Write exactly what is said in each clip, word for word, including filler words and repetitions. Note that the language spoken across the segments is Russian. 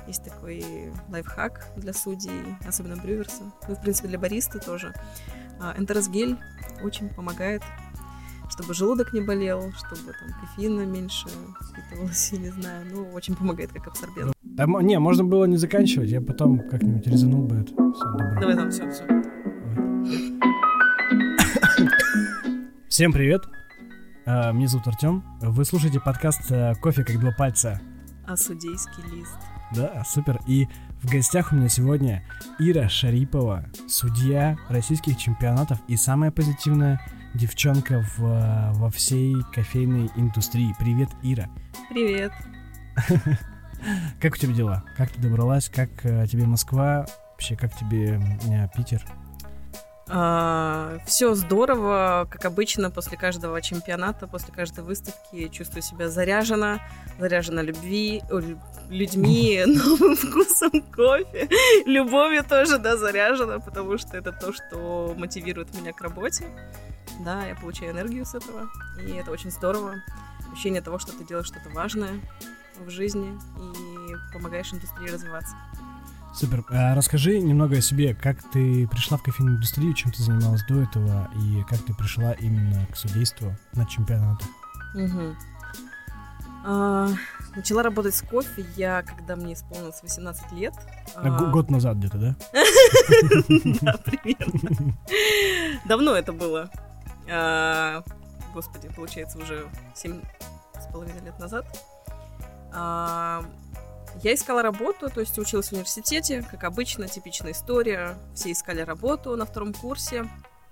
Есть такой лайфхак для судей, особенно брюверса. Ну, в принципе, для бариста тоже. Энтеросгель очень помогает, чтобы желудок не болел, чтобы там кофеина меньше впитывалось, я не знаю. Ну, очень помогает как абсорбент. А, не, можно было не заканчивать, я потом как-нибудь резанул бы это. Все, добро. Давай там, все, все. Всем привет. Меня зовут Артем. Вы слушаете подкаст «Кофе как два пальца». А судейский лист. Да, супер. И в гостях у меня сегодня Ира Шарипова, судья российских чемпионатов и самая позитивная девчонка в, во всей кофейной индустрии. Привет, Ира. Привет. Как у тебя дела? Как ты добралась? Как тебе Москва? Вообще, как тебе Питер? А, все здорово, как обычно, после каждого чемпионата, после каждой выставки чувствую себя заряжена, заряжена любви, людьми, новым вкусом кофе, любовью тоже, да, заряжена, потому что это то, что мотивирует меня к работе, да, я получаю энергию с этого, и это очень здорово, ощущение того, что ты делаешь что-то важное в жизни и помогаешь индустрии развиваться. Супер. А расскажи немного о себе, как ты пришла в кофейную индустрию, чем ты занималась до этого, и как ты пришла именно к судейству на чемпионатах. Угу. А, начала работать с кофе я, когда мне исполнилось восемнадцать лет. А, год назад где-то, да? Да, примерно. Давно это было. Господи, получается, уже семь с половиной лет назад. Я искала работу, то есть училась в университете, как обычно, типичная история. Все искали работу на втором курсе.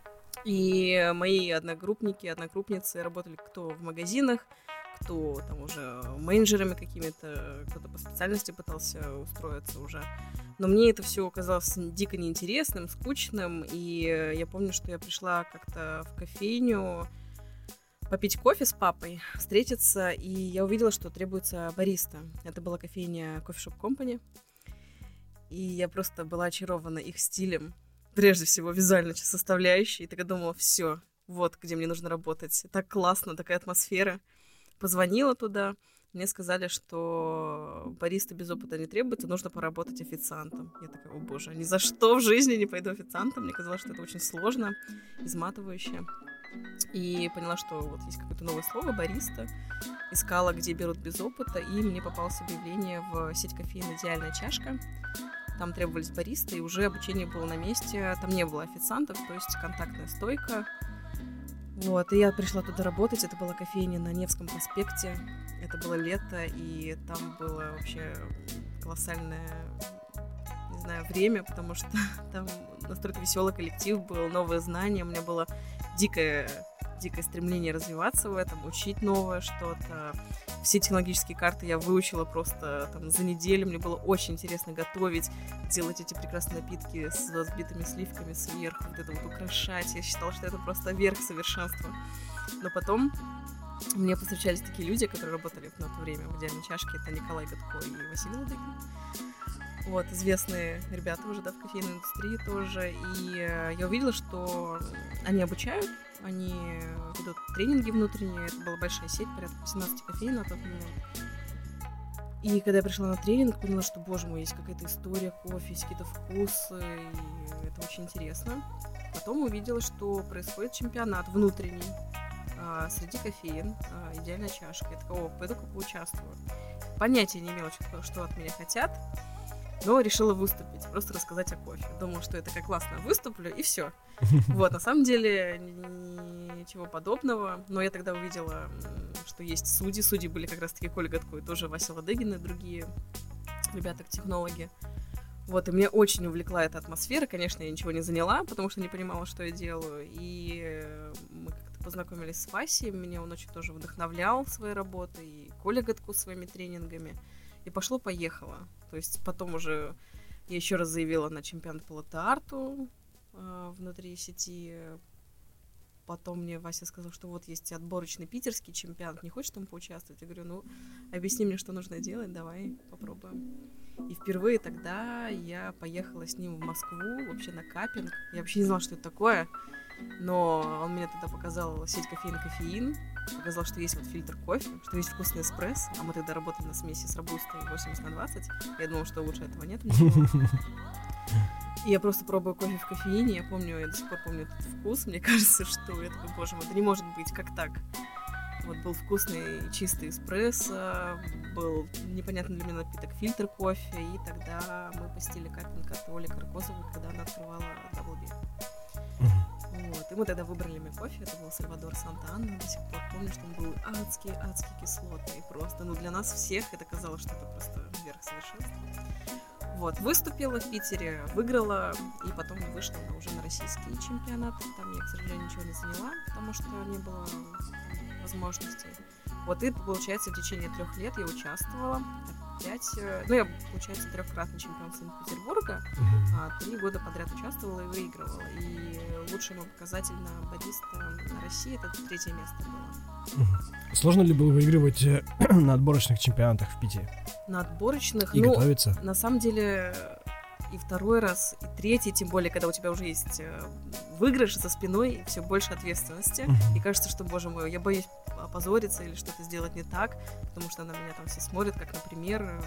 И мои одногруппники, одногруппницы работали кто в магазинах, кто там уже менеджерами какими-то, кто-то по специальности пытался устроиться уже. Но мне это все оказалось дико неинтересным, скучным. И я помню, что я пришла как-то в кофейню попить кофе с папой, встретиться, и я увидела, что требуется бариста. Это была кофейня Coffee Shop Company, и я просто была очарована их стилем, прежде всего визуальной составляющей, и тогда думала, все, вот где мне нужно работать. Так классно, такая атмосфера. Позвонила туда, мне сказали, что бариста без опыта не требуется, нужно поработать официантом. Я такая, о боже, ни за что в жизни не пойду официантом. Мне казалось, что это очень сложно, изматывающе. И поняла, что вот есть какое-то новое слово «бариста». Искала, где берут без опыта, и мне попалось объявление в сеть кофеин «Идеальная чашка». Там требовались баристы, и уже обучение было на месте. Там не было официантов, то есть контактная стойка. Вот, и я пришла туда работать. Это была кофейня на Невском проспекте. Это было лето, и там было вообще колоссальное, не знаю, время, потому что там настолько веселый коллектив был, новые знания. У меня было дикое, дикое стремление развиваться в этом, учить новое что-то. Все технологические карты я выучила просто там за неделю. Мне было очень интересно готовить, делать эти прекрасные напитки с взбитыми сливками сверху, вот это вот украшать. Я считала, что это просто верх совершенства. Но потом мне встречались такие люди, которые работали на то время в «Идеальной чашке». Это Николай Гатко и Василий Ладыгин. Вот, известные ребята уже, да, в кофейной индустрии тоже. И э, я увидела, что они обучают, они ведут тренинги внутренние. Это была большая сеть, порядка восемнадцать кофеин на тот момент. И когда я пришла на тренинг, поняла, что, боже мой, есть какая-то история кофе, есть какие-то вкусы, и это очень интересно. Потом увидела, что происходит чемпионат внутренний э, среди кофеин, э, «Идеальная чашка». Я такая, о, пойду-ка поучаствую. Понятия не имела, что, что от меня хотят. Но решила выступить, просто рассказать о кофе. Думала, что это как классно, выступлю, и все. Вот, на самом деле, ничего подобного. Но я тогда увидела, что есть судьи. Судьи были как раз-таки Коля Гатко и тоже Вася Ладыгин и другие ребята-технологи. Вот, и меня очень увлекла эта атмосфера. Конечно, я ничего не заняла, потому что не понимала, что я делаю. И мы как-то познакомились с Васей. Меня он очень тоже вдохновлял своей работой. И Коля Гатко своими тренингами. И пошло-поехало. То есть потом уже я еще раз заявила на чемпионат по латте-арту э, внутри сети. Потом мне Вася сказал, что вот есть отборочный питерский чемпионат, не хочешь там поучаствовать? Я говорю, ну, объясни мне, что нужно делать, давай попробуем. И впервые тогда я поехала с ним в Москву, вообще на каппинг. Я вообще не знала, что это такое, но он мне тогда показал сеть кофеин «Кофеин». показал, что есть вот фильтр кофе, что есть вкусный эспрессо, а мы тогда работали на смеси с робустой восемьдесят на двадцать. Я думала, что лучше этого нет ничего. И я просто пробую кофе в кофеине, я помню, я до сих пор помню этот вкус, мне кажется, что я такой, боже мой, да не может быть, как так? Вот был вкусный чистый эспрессо, был непонятный для меня напиток фильтр кофе, и тогда мы посетили капинг от Оли Каркозовой, когда она открывала Даблби. Вот. И мы тогда выбрали мне кофе, это был Сальвадор Санта-Анна, до сих пор помню, что он был адский-адский кислотный просто. Ну, для нас всех это казалось, что это просто верх совершенства. Вот, выступила в Питере, выиграла, и потом вышла на, уже на российский чемпионат. Там я, к сожалению, ничего не заняла, потому что не было возможностей. Вот, и, получается, в течение трех лет я участвовала. Опять, ну, я, получается, трехкратный чемпион Санкт-Петербурга, а три года подряд участвовала и выигрывала. И лучший мой показатель на бариста на России — это третье место было. Сложно ли было выигрывать на отборочных чемпионатах в Питере? На отборочных? И ну, готовиться? На самом деле, и второй раз, и третий, тем более, когда у тебя уже есть выигрыш за спиной, и все больше ответственности. Uh-huh. И кажется, что, боже мой, я боюсь опозориться или что-то сделать не так, потому что на меня там все смотрят, как, например...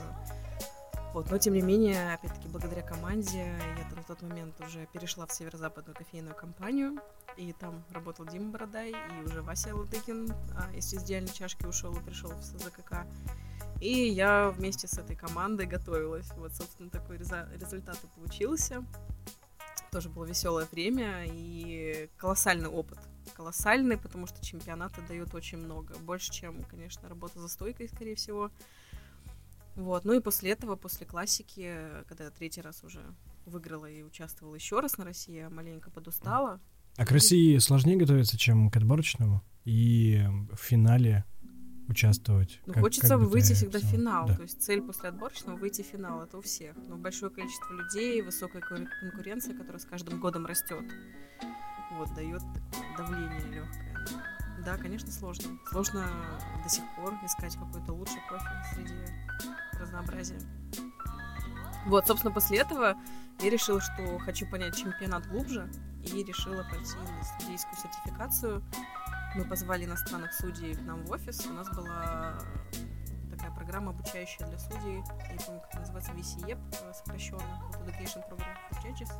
Вот, но, тем не менее, опять-таки, благодаря команде, я там в тот момент уже перешла в северо-западную кофейную компанию, и там работал Дима Бородай, и уже Вася Ладыгин а, из идеальной чашки ушел и пришел в СЗКК. И я вместе с этой командой готовилась. Вот, собственно, такой реза- результат и получился. Тоже было веселое время и колоссальный опыт. Колоссальный, потому что чемпионаты дают очень много. Больше, чем, конечно, работа за стойкой, скорее всего. Вот. Ну и после этого, после классики, когда я третий раз уже выиграла и участвовала еще раз на России, я маленько подустала. А к России сложнее готовиться, чем к отборочному? И в финале участвовать? Ну, как, хочется как выйти ты всегда в писала? финал. Да. То есть цель после отборочного — выйти в финал. Это у всех. Но большое количество людей, высокая конкуренция, которая с каждым годом растет, вот, дает такое давление легкое. Да, конечно, сложно. Сложно до сих пор искать какой-то лучший кофе среди разнообразия. Вот, собственно, после этого я решила, что хочу понять чемпионат глубже, и решила пойти на судейскую сертификацию. Мы позвали иностранных судей к нам в офис. У нас была такая программа, обучающая для судей. Я не помню, как это называется, ви си и и пи, сокращенно. Вот Education Program for Judges.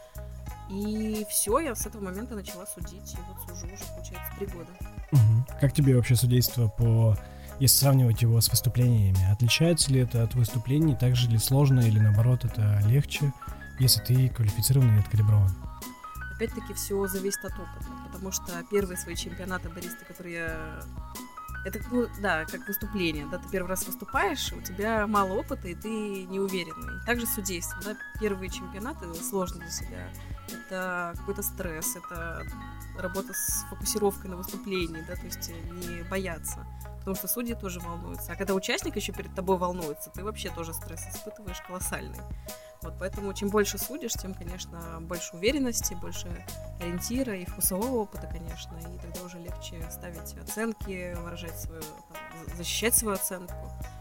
И все, я с этого момента начала судить. И вот сужу уже, получается, три года. Угу. Как тебе вообще судейство по... Если сравнивать его с выступлениями, отличается ли это от выступлений, также ли сложно или наоборот это легче, если ты квалифицирован и откалиброван? Опять-таки все зависит от опыта, потому что первые свои чемпионаты бариста, которые я... Это, ну, да, как выступление, да, ты первый раз выступаешь, у тебя мало опыта, и ты неуверенный. Также судейство, да, первые чемпионаты сложно для себя. Это какой-то стресс, это работа с фокусировкой на выступлении, да, то есть не бояться. Потому что судьи тоже волнуются. А когда участник еще перед тобой волнуется, ты вообще тоже стресс испытываешь колоссальный. Вот поэтому чем больше судишь, тем, конечно, больше уверенности, больше ориентира и вкусового опыта, конечно. И тогда уже легче ставить оценки, выражать свою, там, защищать свою оценку.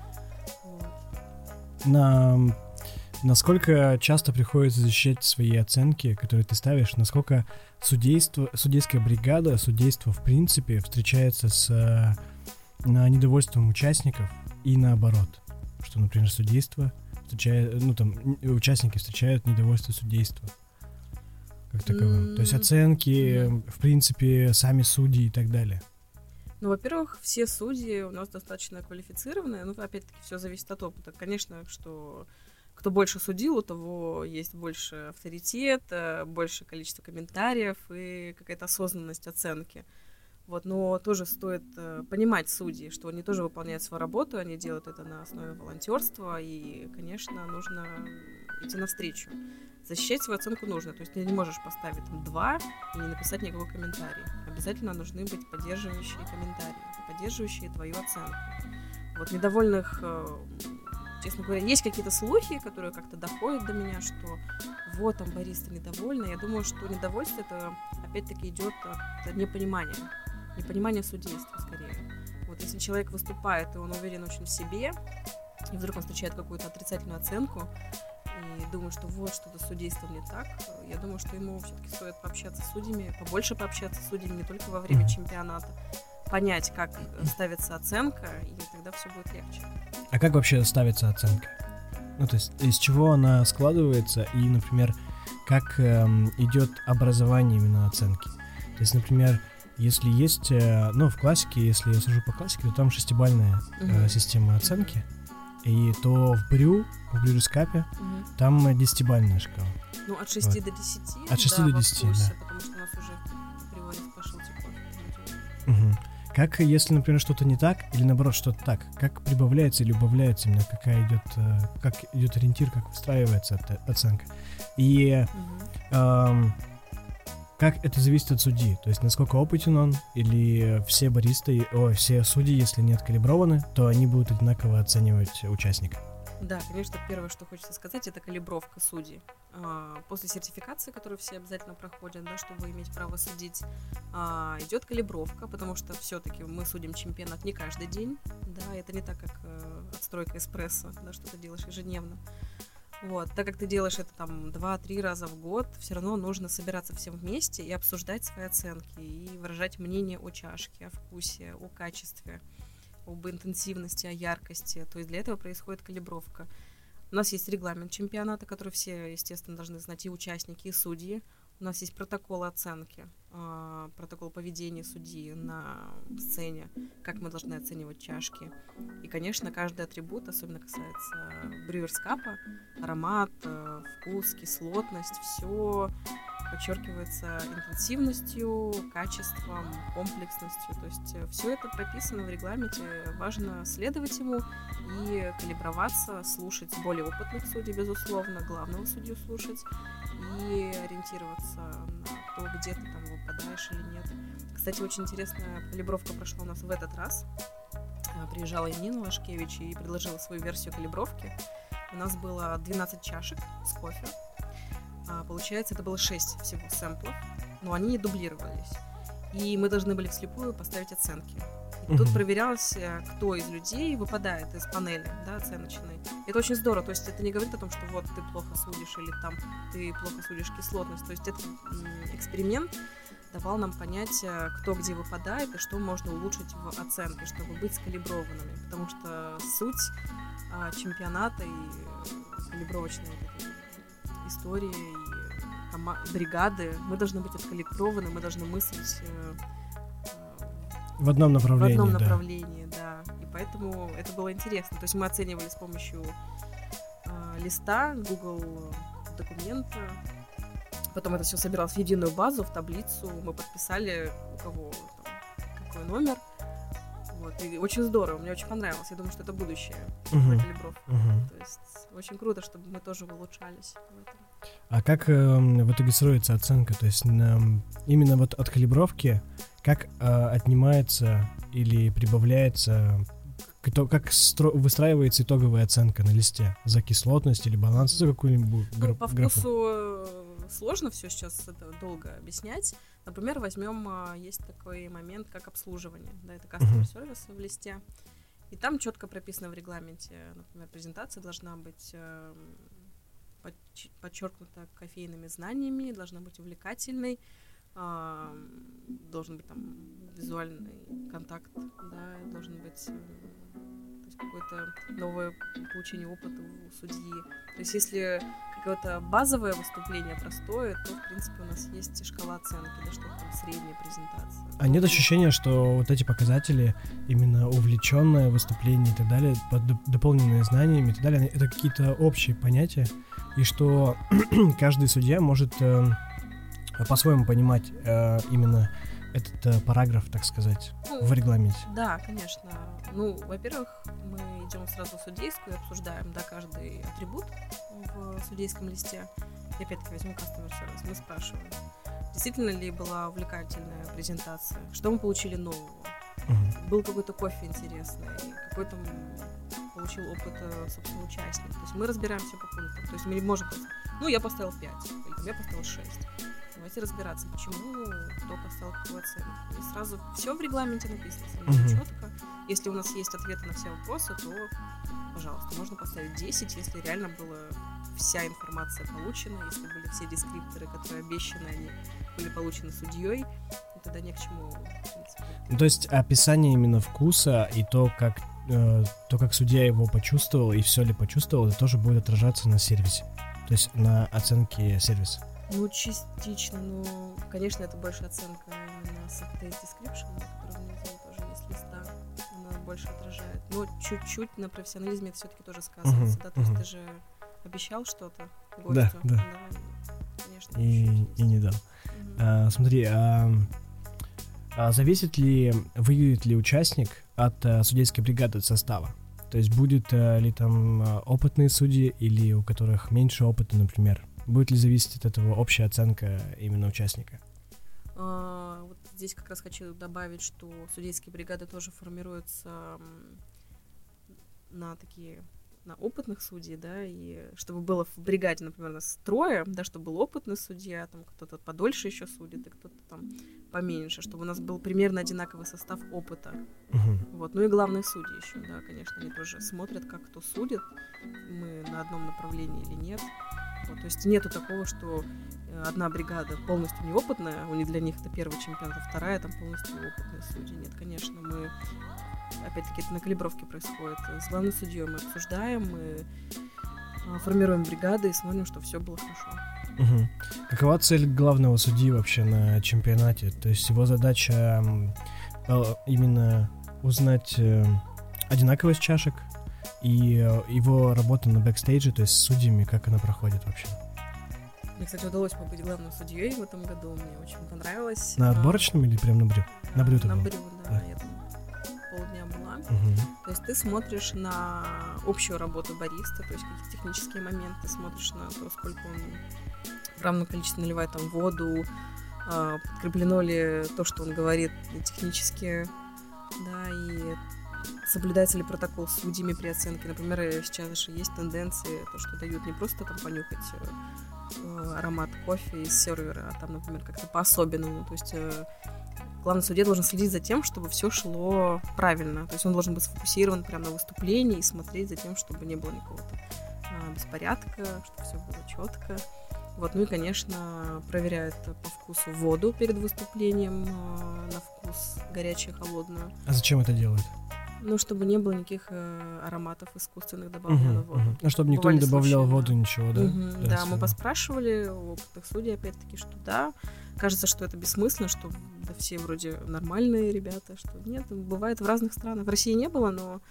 Вот. На... Насколько часто приходится защищать свои оценки, которые ты ставишь? Насколько судейство, судейская бригада, судейство в принципе встречается с на недовольством участников и наоборот? Что, например, судейство встречает, ну там участники встречают недовольство судейства как таковым. Mm-hmm. То есть оценки, mm-hmm. в принципе, сами судьи и так далее. Ну, во-первых, все судьи у нас достаточно квалифицированные. Ну, опять-таки, все зависит от опыта. Конечно, что кто больше судил, у того есть больше авторитет, больше количество комментариев и какая-то осознанность оценки. Вот, но тоже стоит э, понимать судьи, что они тоже выполняют свою работу, они делают это на основе волонтерства, и, конечно, нужно идти навстречу. Защищать свою оценку нужно, то есть ты не можешь поставить там два и не написать никакой комментарий. Обязательно нужны быть поддерживающие комментарии, поддерживающие твою оценку. Вот недовольных, э, честно говоря, есть какие-то слухи, которые как-то доходят до меня, что вот там бариста недовольна. Я думаю, что недовольство это опять-таки идет от непонимания. Непонимание судейства, скорее. Вот если человек выступает, и он уверен очень в себе, и вдруг он встречает какую-то отрицательную оценку, и думает, что вот что-то с судейством не так, я думаю, что ему все-таки стоит пообщаться с судьями, побольше пообщаться с судьями не только во время чемпионата, понять, как ставится оценка, и тогда все будет легче. А как вообще ставится оценка? Ну, то есть из чего она складывается и, например, как эм, идет образование именно оценки? То есть, например, если есть, э, ну, в классике, если я сужу по классике, то там шестибалльная э, uh-huh. система оценки, и то в брю, в брюрискапе, uh-huh. там десятибалльная шкала. Ну, от шести вот. До десяти. От шести да, до десяти, вкусе, да. Потому что у нас уже в приводе пошел тепло. Угу. Как, если, например, что-то не так, или наоборот, что-то так, как прибавляется или убавляется именно, какая идет, как идет ориентир, как выстраивается оценка. И угу. эм, как это зависит от судьи, то есть насколько опытен он, или все баристы, о, все судьи, если не откалиброваны, то они будут одинаково оценивать участника. Да, конечно, первое, что хочется сказать, это калибровка судей. После сертификации, которую все обязательно проходят, да, чтобы иметь право судить, идет калибровка, потому что все-таки мы судим чемпионат не каждый день, да, это не так, как отстройка эспрессо, да, что ты делаешь ежедневно. Вот, так как ты делаешь это там два-три раза в год, все равно нужно собираться всем вместе и обсуждать свои оценки, и выражать мнение о чашке, о вкусе, о качестве, об интенсивности, о яркости. То есть для этого происходит калибровка. У нас есть регламент чемпионата, который все, естественно, должны знать, и участники, и судьи. У нас есть протокол оценки, э, протокол поведения судьи на сцене, как мы должны оценивать чашки. И, конечно, каждый атрибут, особенно касается брюверскапа, аромат, э, вкус, кислотность, все подчеркивается интенсивностью, качеством, комплексностью. То есть все это прописано в регламенте. Важно следовать ему и калиброваться, слушать более опытных судей, безусловно, главного судью слушать и ориентироваться на то, где ты там выпадаешь или нет. Кстати, очень интересная калибровка прошла у нас в этот раз. Приезжала Нина Лашкевич и предложила свою версию калибровки. У нас было двенадцать чашек с кофе. Получается, это было шесть всего сэмплов, но они не дублировались. И мы должны были вслепую поставить оценки. И mm-hmm. тут проверялось, кто из людей выпадает из панели, да, оценочной. Это очень здорово. То есть это не говорит о том, что вот ты плохо судишь или там ты плохо судишь кислотность. То есть этот эксперимент давал нам понять, кто где выпадает и что можно улучшить в оценке, чтобы быть скалиброванными. Потому что суть а, чемпионата и калибровочной истории и кома- бригады, мы должны быть откалиброваны, мы должны мыслить э, в одном направлении, в одном да. направлении, да. И поэтому это было интересно. То есть мы оценивали с помощью э, листа, Google документа, потом это все собиралось в единую базу, в таблицу, мы подписали, у кого там, какой номер. Вот. И очень здорово, мне очень понравилось. Я думаю, что это будущее uh-huh. калибровки. Uh-huh. То есть очень круто, чтобы мы тоже улучшались в этом. А как э, в итоге строится оценка? То есть э, именно вот от калибровки как э, отнимается или прибавляется, кто, как стро- выстраивается итоговая оценка на листе? За кислотность или баланс, за какую-нибудь гра- ну, по графу? Вкусу сложно все сейчас это долго объяснять. Например, возьмем, есть такой момент, как обслуживание. Да, это customer uh-huh. service в листе. И там четко прописано в регламенте, например, презентация должна быть э, подчеркнута кофейными знаниями, должна быть увлекательной, э, должен быть там визуальный контакт, да, должен быть э, то есть какое-то новое получение опыта у судьи. То есть если какое-то базовое выступление простое, то, в принципе, у нас есть шкала оценки, да, что там средняя презентация. А нет ощущения, что вот эти показатели, именно увлеченное выступление и так далее, дополненные знаниями и так далее, это какие-то общие понятия, и что каждый судья может э, по-своему понимать э, именно этот э, параграф, так сказать, ну, в регламенте? Да, конечно. Ну, во-первых, мы идем сразу в судейскую и обсуждаем, да, каждый атрибут в судейском листе. И опять-таки возьмем customer service. Мы спрашиваем, действительно ли была увлекательная презентация, что мы получили нового, uh-huh. был какой-то кофе интересный, какой-то получил опыт, собственно, участник. То есть мы разбираем все по пунктам. То есть мы не можем сказать, ну, я поставил пять, или там, я поставил шесть. Давайте разбираться, почему, кто поставил какую оценку. И сразу все в регламенте написано, uh-huh. четко. Если у нас есть ответы на все вопросы, то, пожалуйста, можно поставить десять, если реально была вся информация получена, если были все дескрипторы, которые обещаны, они были получены судьей, и тогда ни к чему, в принципе, То есть описание именно вкуса и то, как, э, то, как судья его почувствовал и все ли почувствовал, это тоже будет отражаться на сервисе, то есть на оценке сервиса. Ну, частично, но, конечно, это больше оценка именно с Taste Description, которая внизу тоже есть листа, она больше отражает. Но чуть-чуть на профессионализме это все-таки тоже сказывается, uh-huh, да, то uh-huh. есть ты же обещал что-то гостю. Да, да. да конечно. И, и не дал. Uh-huh. А, смотри, а, а зависит ли, выйдет ли участник от а, судейской бригады, от состава? То есть будет а, ли там а, опытные судьи или у которых меньше опыта, например? Будет ли зависеть от этого общая оценка именно участника? А, вот здесь как раз хочу добавить, что судейские бригады тоже формируются на такие, на опытных судей, да, и чтобы было в бригаде, например, нас трое, да, чтобы был опытный судья, там кто-то подольше еще судит, и кто-то там поменьше, чтобы у нас был примерно одинаковый состав опыта. Uh-huh. Вот, ну и главные судьи еще, да, конечно, они тоже смотрят, как кто судит, мы на одном направлении или нет. Вот, то есть нету такого, что одна бригада полностью неопытная, у них для них это первый чемпионат, а вторая там полностью опытные судьи. Нет, конечно, мы, опять-таки, это на калибровке происходит. С главным судьей мы обсуждаем, мы формируем бригады и смотрим, что все было хорошо. Угу. Какова цель главного судьи вообще на чемпионате? То есть его задача э, именно узнать э, одинаковость чашек, и его работа на бэкстейдже, то есть с судьями, как она проходит вообще? Мне, кстати, удалось побыть главным судьей в этом году, мне очень понравилось. На отборочном а... или прям на брю? На брю, На был? брю, да, да, я там полдня была. Угу. То есть ты смотришишь на общую работу бариста, то есть какие-то технические моменты, смотришь на то, сколько он в равном количестве наливает там воду, подкреплено ли то, что он говорит технически, да, и соблюдается ли протокол с судьями при оценке. Например, сейчас же есть тенденции, то, что дают не просто там понюхать э, аромат кофе из сервера, а там, например, как-то по-особенному. То есть э, главный судья должен следить за тем, чтобы все шло правильно. То есть он должен быть сфокусирован прямо на выступлении и смотреть за тем, чтобы не было никакого-то э, беспорядка, чтобы все было четко. Вот, ну и, конечно, проверяет по вкусу воду перед выступлением, э, на вкус горячую, холодную. А зачем это делают? Ну, чтобы не было никаких э, ароматов искусственных добавленных в uh-huh, воду. uh-huh. Ну, чтобы никто не добавлял в воду, да. ничего, да? Uh-huh, да, да, мы поспрашивали у опытных судей, опять-таки, что да. Кажется, что это бессмысленно, что да, все вроде нормальные ребята, что нет, бывает в разных странах. В России не было, но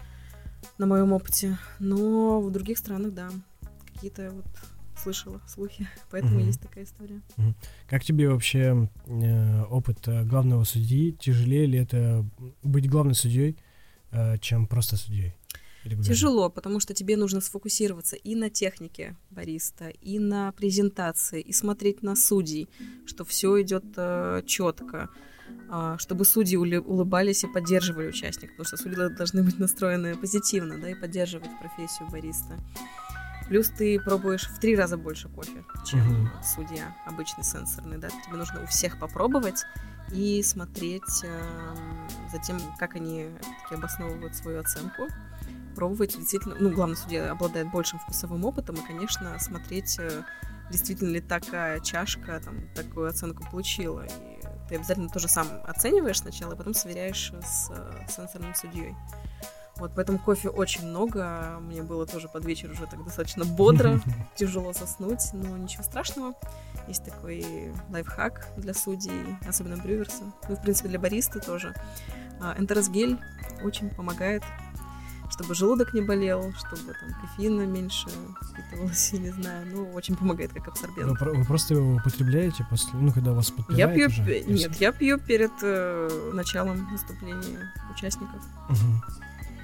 на моем опыте. Но в других странах, да, какие-то вот слышала слухи, поэтому uh-huh. есть такая история. Uh-huh. Как тебе вообще э, опыт главного судьи? Тяжелее ли это быть главным судьей, чем просто судьей? Тяжело, потому что тебе нужно сфокусироваться и на технике бариста, и на презентации, и смотреть на судей, что все идет э, четко, э, чтобы судьи ули- улыбались и поддерживали участников, потому что судьи должны быть настроены позитивно, да, и поддерживать профессию бариста. Плюс ты пробуешь в три раза больше кофе, чем uh-huh. судья обычный сенсорный, да, тебе нужно у всех попробовать и смотреть э, за тем, как они таки обосновывают свою оценку, пробовать действительно, ну, главный судья обладает большим вкусовым опытом, и, конечно, смотреть, э, действительно ли такая чашка там такую оценку получила. И ты обязательно тоже сам оцениваешь сначала, а потом сверяешь с э, сенсорным судьей. Вот, поэтому кофе очень много, мне было тоже под вечер уже так достаточно бодро, тяжело заснуть, но ничего страшного. Есть такой лайфхак для судей, особенно брюверса, ну, в принципе, для бариста тоже. Энтеросгель очень помогает, чтобы желудок не болел, чтобы там кофеина меньше впитывалось, я не знаю, ну, очень помогает как абсорбент. Вы, вы просто его употребляете после, ну, когда вас подпевает я пью, уже? Нет, если... я пью перед э, началом выступления участников. Угу.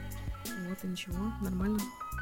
Вот и ничего, нормально.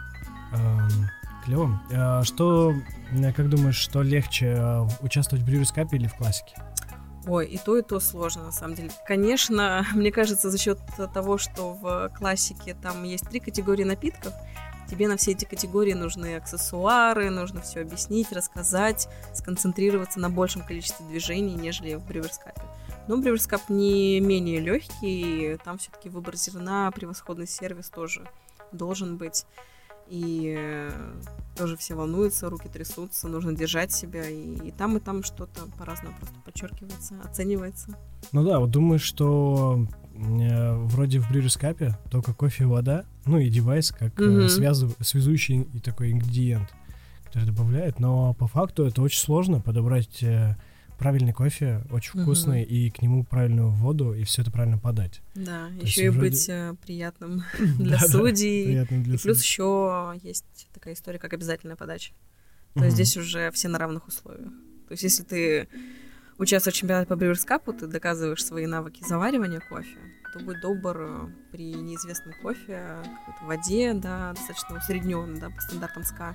Эм, клево. А что, как думаешь, что легче, участвовать в Brewers Cup или в классике? Ой, и то, и то сложно, на самом деле. Конечно, мне кажется, за счет того, что в классике там есть три категории напитков, тебе на все эти категории нужны аксессуары, нужно все объяснить, рассказать, сконцентрироваться на большем количестве движений, нежели в Brewers Cup. Но Brewers Cup не менее легкий, там все-таки выбор зерна, превосходный сервис тоже должен быть. и тоже все волнуются, руки трясутся, нужно держать себя, и, и там, и там что-то по-разному просто подчеркивается, оценивается. Ну да, вот думаю, что э, вроде в Brewers Cup только кофе и вода, ну и девайс как mm-hmm. э, связу, связующий и такой ингредиент, который добавляет, но по факту это очень сложно подобрать э, правильный кофе, очень вкусный, mm-hmm. и к нему правильную воду, и все это правильно подать. Да, То еще и вроде... быть э, приятным для судей. И плюс еще есть такая история, как обязательная подача. То есть здесь уже все на равных условиях. То есть если ты участвуешь в чемпионате по Brewers Cup, ты доказываешь свои навыки заваривания кофе, то будь добр при неизвестном кофе, какой-то воде, да, достаточно усреднённой, да, по стандартам СКА,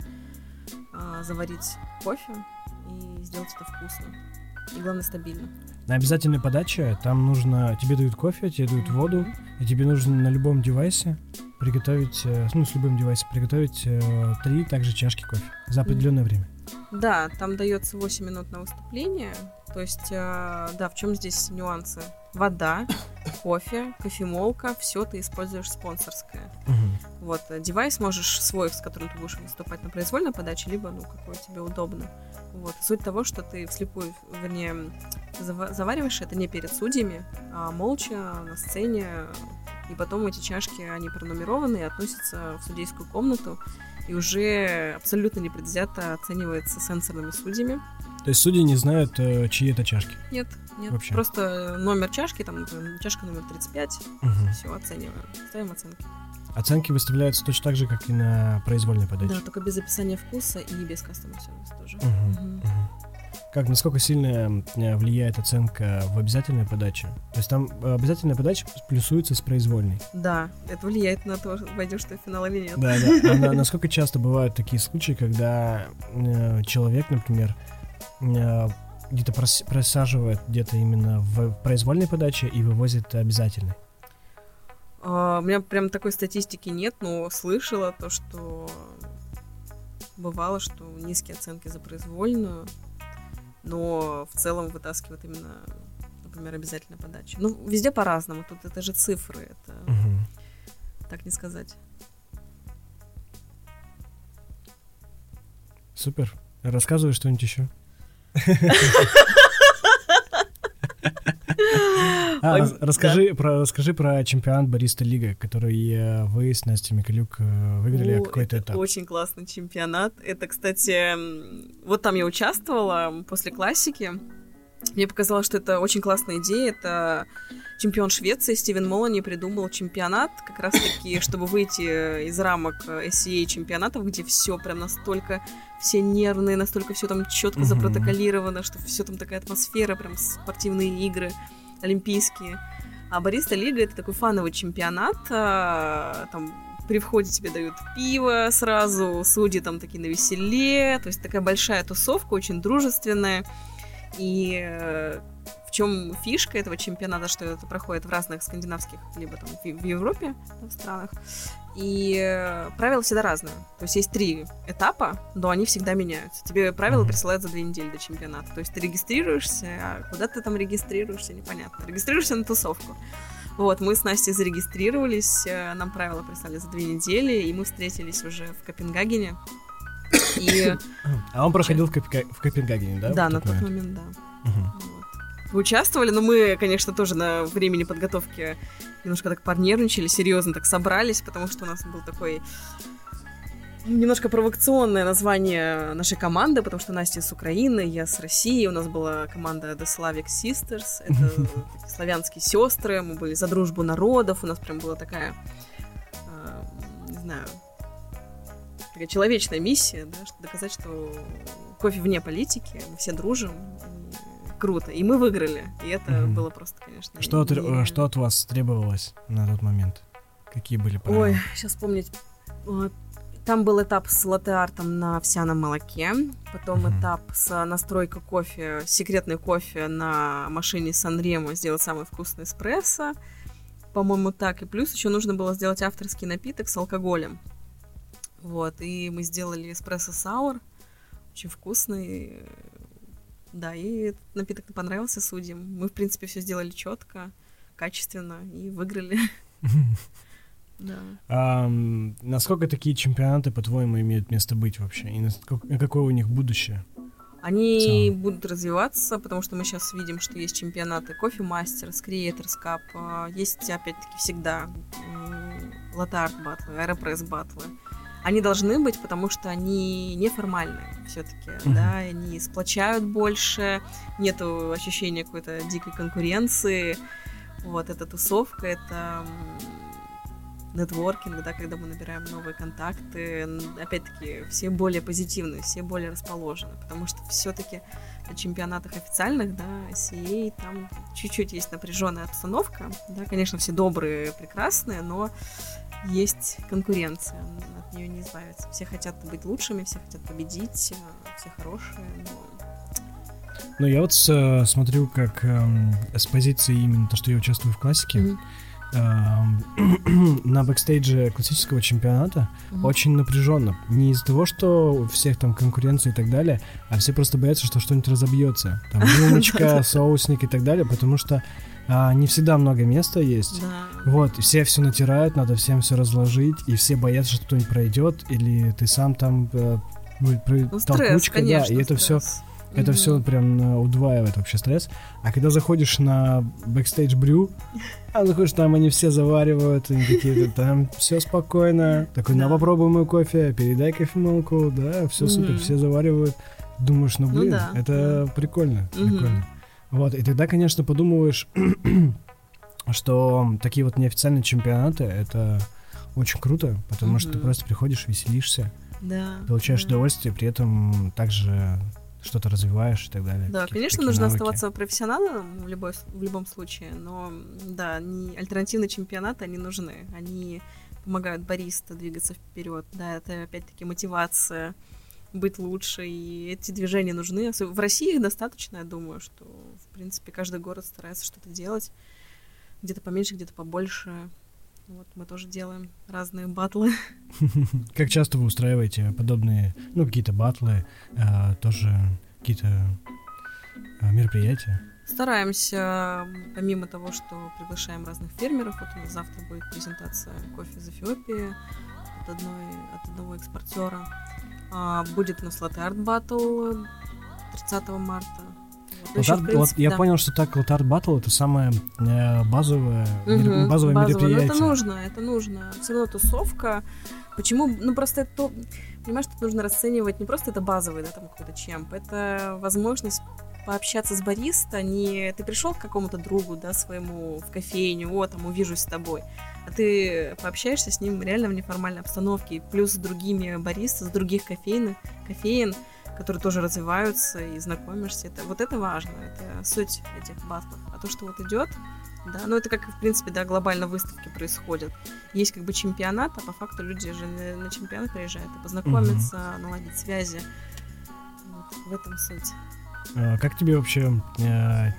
заварить кофе и сделать это вкусно. И главное, стабильно. На обязательной подаче там нужно... Тебе дают кофе, тебе дают mm-hmm. воду, и тебе нужно на любом девайсе приготовить... Ну, с любым девайсом приготовить э, три также чашки кофе за определенное mm-hmm. время. Да, там дается восемь минут на выступление. То есть, э, да, в чем здесь нюансы? Вода, кофе, кофемолка, все ты используешь спонсорское. Угу. Вот, девайс можешь свой, с которым ты будешь выступать на произвольной подаче, либо, ну, какой тебе удобно. Вот, суть того, что ты вслепую, вернее, завариваешь это не перед судьями, а молча на сцене, и потом эти чашки, они пронумерованы и относятся в судейскую комнату, и уже абсолютно непредвзято оценивается сенсорными судьями. То есть судьи не знают, чьи это чашки? Нет, нет. Вообще. Просто номер чашки, там, чашка номер тридцать пять, угу. Все, оцениваем, ставим оценки. Оценки выставляются точно так же, как и на произвольной подаче? Да, только без описания вкуса и без кастомер сервиса тоже. Угу, угу. Угу. Как, насколько сильно влияет оценка в обязательной подаче? То есть там обязательная подача плюсуется с произвольной? Да, это влияет на то, войдешь ты в финал или нет. Да, да. А на, насколько часто бывают такие случаи, когда э, человек, например, э, где-то прос, просаживает где-то именно в произвольной подаче и вывозит обязательной? Uh, у меня прям такой статистики нет, но слышала то, что бывало, что низкие оценки за произвольную, но в целом вытаскивают именно, например, обязательно подачу. Ну, везде по-разному, тут это же цифры, это угу. так не сказать. Супер. Рассказывай что-нибудь еще. А, Ой, расскажи, да. про, расскажи про чемпионат Бариста Лига, который вы с Настей Микалюк выиграли О, какой-то это этап. Очень классный чемпионат. Это, кстати, вот там я участвовала после классики. Мне показалось, что это очень классная идея. Это чемпион Швеции Стивен Молони придумал чемпионат, как раз-таки, чтобы выйти из рамок эс си эй чемпионатов, где все прям настолько все нервные, настолько все там четко запротоколировано, что все там такая атмосфера, прям спортивные игры олимпийские. А Бариста Лига — это такой фановый чемпионат. Там при входе тебе дают пиво сразу, судьи там такие навеселе. То есть такая большая тусовка, очень дружественная. И в чем фишка этого чемпионата, что это проходит в разных скандинавских, либо там в Европе, в странах. И правила всегда разные. То есть есть три этапа, но они всегда меняются. Тебе правила присылают за две недели до чемпионата. То есть ты регистрируешься, а куда ты там регистрируешься, непонятно. Регистрируешься на тусовку. Вот, мы с Настей зарегистрировались, нам правила прислали за две недели, и мы встретились уже в Копенгагене. И... А он проходил в, Копи... в Копенгагене, да? Да, на тот момент, момент да. Угу. Вот. Мы участвовали, но мы, конечно, тоже на времени подготовки немножко так понервничали, серьезно так собрались, потому что у нас был такой немножко провокационное название нашей команды, потому что Настя с Украины, я с России, у нас была команда The Slavic Sisters, это славянские сестры, мы были за дружбу народов, у нас прям была такая, э, не знаю, такая человечная миссия, да, чтобы доказать, что кофе вне политики, мы все дружим, круто, и мы выиграли, и это mm-hmm. было просто, конечно... Что от, не... что от вас требовалось на тот момент? Какие были правила? Ой, сейчас вспомнить. Там был этап с латте-артом на овсяном молоке, потом mm-hmm. этап с настройкой кофе, секретный кофе на машине Санремо, сделать самый вкусный эспрессо, по-моему, так, и плюс еще нужно было сделать авторский напиток с алкоголем. Вот, и мы сделали эспрессо-саур, очень вкусный. Да, и этот напиток понравился судьям. Мы, в принципе, все сделали четко, качественно и выиграли. Да. А, насколько такие чемпионаты, по-твоему, имеют место быть вообще? И насколько, какое у них будущее? Они будут развиваться, потому что мы сейчас видим, что есть чемпионаты Coffee Masters, Creators Cup, есть, опять-таки, всегда Latte Art баттлы, Aeropress баттлы. Они должны быть, потому что они неформальные все-таки, mm-hmm. да, они сплочают больше, нету ощущения какой-то дикой конкуренции. Вот, это тусовка, это нетворкинг, да, когда мы набираем новые контакты. Опять-таки, все более позитивные, все более расположены, потому что все-таки на чемпионатах официальных, да, си эй, там чуть-чуть есть напряженная обстановка, да, конечно, все добрые, прекрасные, но есть конкуренция, от нее не избавиться. Все хотят быть лучшими, все хотят победить, все хорошие, но... Ну, я вот э, смотрю, как э, с позиции именно то, что я участвую в классике, mm-hmm. э, на бэкстейдже классического чемпионата mm-hmm. очень напряженно. Не из-за того, что у всех там конкуренция и так далее, а все просто боятся, что что-нибудь разобьется. Там рюмочка, соусник и так далее, потому что а, не всегда много места есть. Да. Вот, все все натирают, надо всем все разложить, и все боятся, что кто-нибудь пройдет, или ты сам там э, ну, толкучка, стресс, конечно, да, и это все... Это mm-hmm. все прям удваивает вообще стресс. А когда заходишь на бэкстейдж брю, а заходишь, там они все заваривают, они такие, там все спокойно. Такой, на, попробуй мой кофе, передай кофемолку, да, все mm-hmm. супер, все заваривают. Думаешь, ну блин, ну, да. это да. прикольно, mm-hmm. прикольно. Вот, и тогда, конечно, подумываешь, что такие вот неофициальные чемпионаты, это очень круто, потому mm-hmm. что ты просто приходишь, веселишься, да, получаешь да. удовольствие, при этом также... что-то развиваешь и так далее. Да, конечно, нужно навыки. Оставаться профессионалом в, любой, в любом случае, но да, не, альтернативные чемпионаты, они нужны. Они помогают бариста двигаться вперед. Да, это опять-таки мотивация быть лучше, и эти движения нужны. В России их достаточно, я думаю, что, в принципе, каждый город старается что-то делать. Где-то поменьше, где-то побольше. Вот мы тоже делаем разные баттлы. Как часто вы устраиваете подобные, ну, какие-то баттлы, э, тоже какие-то э, мероприятия? Стараемся, помимо того, что приглашаем разных фермеров. Вот у нас завтра будет презентация кофе из Эфиопии от, одной, от одного экспортера. А, будет у нас Latte Art Battle тридцатого марта. Вот, art, принципе, вот я да. понял, что так Latte Art Battle это самое э, базовое, угу, мер, базовое, базовое мероприятие. Но это нужно, это нужно. Все равно тусовка. Почему? Ну просто это, понимаешь, тут нужно расценивать не просто это базовый, да, там какой-то чемп, это возможность пообщаться с бариста. Не ты пришел к какому-то другу, да, своему в кофейню, о, там увижусь с тобой, а ты пообщаешься с ним реально в неформальной обстановке, плюс с другими бариста, с других кофеин, кофеин, которые тоже развиваются, и знакомишься. Это, вот это важно, это суть этих баттлов. А то, что вот идет, да, ну это как, в принципе, да, глобально выставки происходят. Есть как бы чемпионат, а по факту люди же на, на чемпионат приезжают, и познакомиться, mm-hmm. наладить связи. Вот в этом суть. А, как тебе вообще э,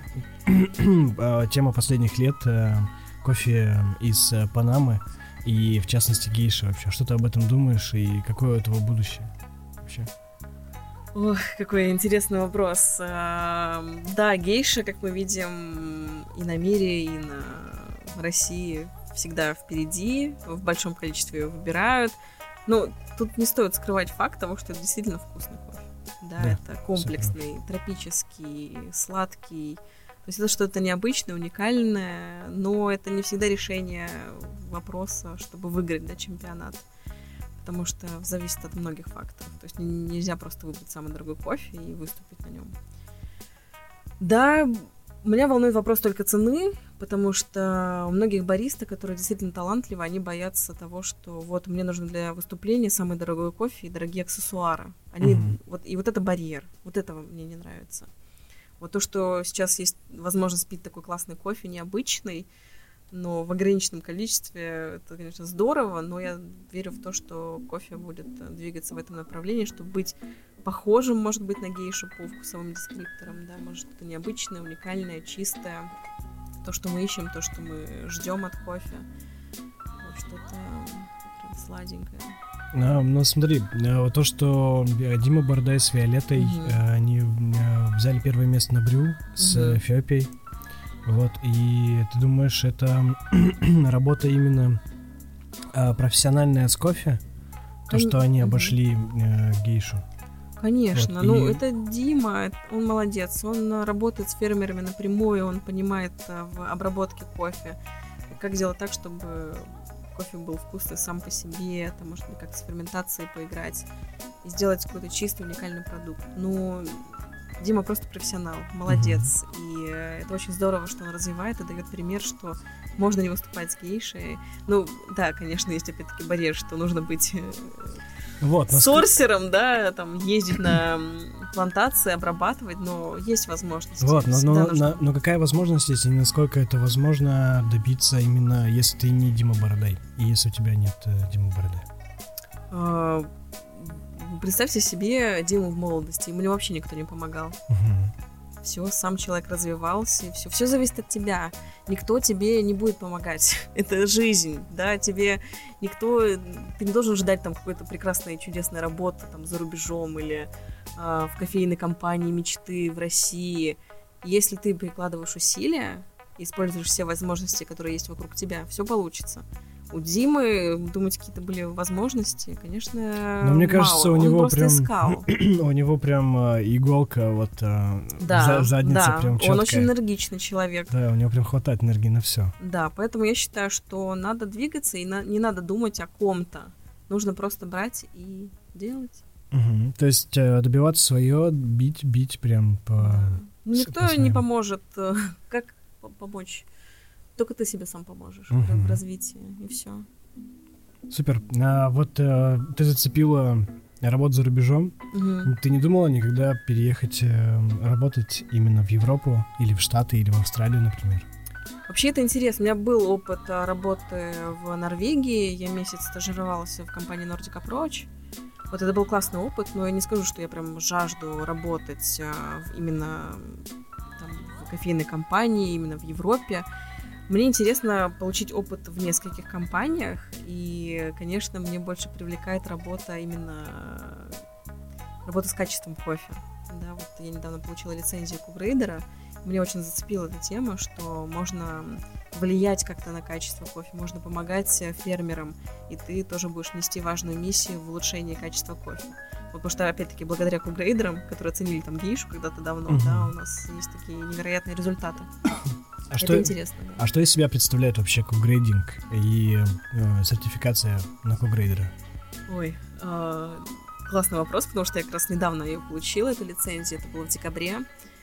тема последних лет э, кофе из э, Панамы и, в частности, гейша вообще? Что ты об этом думаешь и какое у этого будущее вообще? Ох, какой интересный вопрос. Да, гейша, как мы видим, и на мире, и на в России всегда впереди, в большом количестве ее выбирают. Но тут не стоит скрывать факт того, что это действительно вкусный кофе. Да, да, это комплексный, тропический, сладкий. То есть это что-то необычное, уникальное, но это не всегда решение вопроса, чтобы выиграть, да, чемпионат. Потому что зависит от многих факторов. То есть нельзя просто выбрать самый дорогой кофе и выступить на нем. Да, меня волнует вопрос только цены, потому что у многих бариста, которые действительно талантливы, они боятся того, что вот мне нужно для выступления самый дорогой кофе и дорогие аксессуары. Они, mm-hmm. вот, и вот это барьер. Вот этого мне не нравится. Вот то, что сейчас есть возможность пить такой классный кофе, необычный, но в ограниченном количестве, это, конечно, здорово, но я верю в то, что кофе будет двигаться в этом направлении, чтобы быть похожим, может быть, на гейшу по вкусовым дескрипторам, да, может, что-то необычное, уникальное, чистое, то, что мы ищем, то, что мы ждем от кофе, вот что-то прям сладенькое. А, ну, смотри, то, что Дима Бордай с Виолеттой, mm-hmm. они взяли первое место на брю с mm-hmm. Эфиопией. Вот, и ты думаешь, это работа именно А профессиональная с кофе, то, что они обошли э, гейшу. Конечно, Вот, ну и- это Дима, он молодец, он э, работает с фермерами напрямую, он понимает э, в обработке кофе, как сделать так, чтобы кофе был вкусный сам по себе, это может быть как с ферментацией поиграть и сделать какой-то чистый уникальный продукт. Ну, Дима просто профессионал, молодец, и э, это очень здорово, что он развивает и дает пример, что можно не выступать с гейшей. Ну, да, конечно, есть опять-таки барьер, что нужно быть э, Вот, насколько- сорсером, да, там ездить на м, плантации, обрабатывать, но есть возможность. Вот, но, Всегда но, нужно. но- но какая возможность есть, и насколько это возможно добиться именно, если ты не Дима Бородай, и если у тебя нет э, Димы Бородай? А, Представьте себе Диму в молодости, ему вообще никто не помогал. Мгм. Все, сам человек развивался, все, все зависит от тебя. Никто тебе не будет помогать. Это жизнь, да, тебе никто, ты не должен ждать там какой-то прекрасной, чудесной работы там за рубежом или а, в кофейной компании мечты в России. Если ты прикладываешь усилия, используешь все возможности, которые есть вокруг тебя, все получится. У Димы, думать, какие-то были возможности, конечно, Но мне кажется, мало. у Он него просто прям искал. у него прям э, иголка вот э, Да, за- задница да, прям он чёткая. очень энергичный человек. Да, у него прям хватает энергии на все. Да, поэтому я считаю, что надо двигаться и на- не надо думать о ком-то. Нужно просто брать и делать. То есть э, добиваться свое, бить, бить прям по. Да. Ну, с- никто по не своим. поможет. э, Как по- помочь? Только ты себе сам поможешь в- Мгм. в развитии, и все. Супер. А вот э, ты зацепила работу за рубежом. Ты не думала никогда переехать э, работать именно в Европу или в Штаты или в Австралию, например? Вообще это интересно. У меня был опыт а, работы в Норвегии. Я месяц стажировалась в компании Nordic Approach. Вот это был классный опыт, но я не скажу, что я прям жажду работать а, в- именно там, в кофейной компании, именно в Европе. Мне интересно получить опыт в нескольких компаниях, и, конечно, мне больше привлекает работа именно э, работа с качеством кофе. Да, вот я недавно получила лицензию кугрейдера. Мне очень зацепила эта тема, что можно влиять как-то на качество кофе, можно помогать э, фермерам, и ты тоже будешь нести важную миссию в улучшении качества кофе. Вот потому что, опять-таки, благодаря кугрейдерам, которые оценили там гейшу когда-то давно, Мгм. да, у нас есть такие невероятные результаты. А Это что, интересно, да. а что из себя представляет вообще кугрейдинг и э, сертификация на кугрейдера? Ой, а, классный вопрос, потому что я как раз недавно ее получила, эту лицензию, это было в декабре.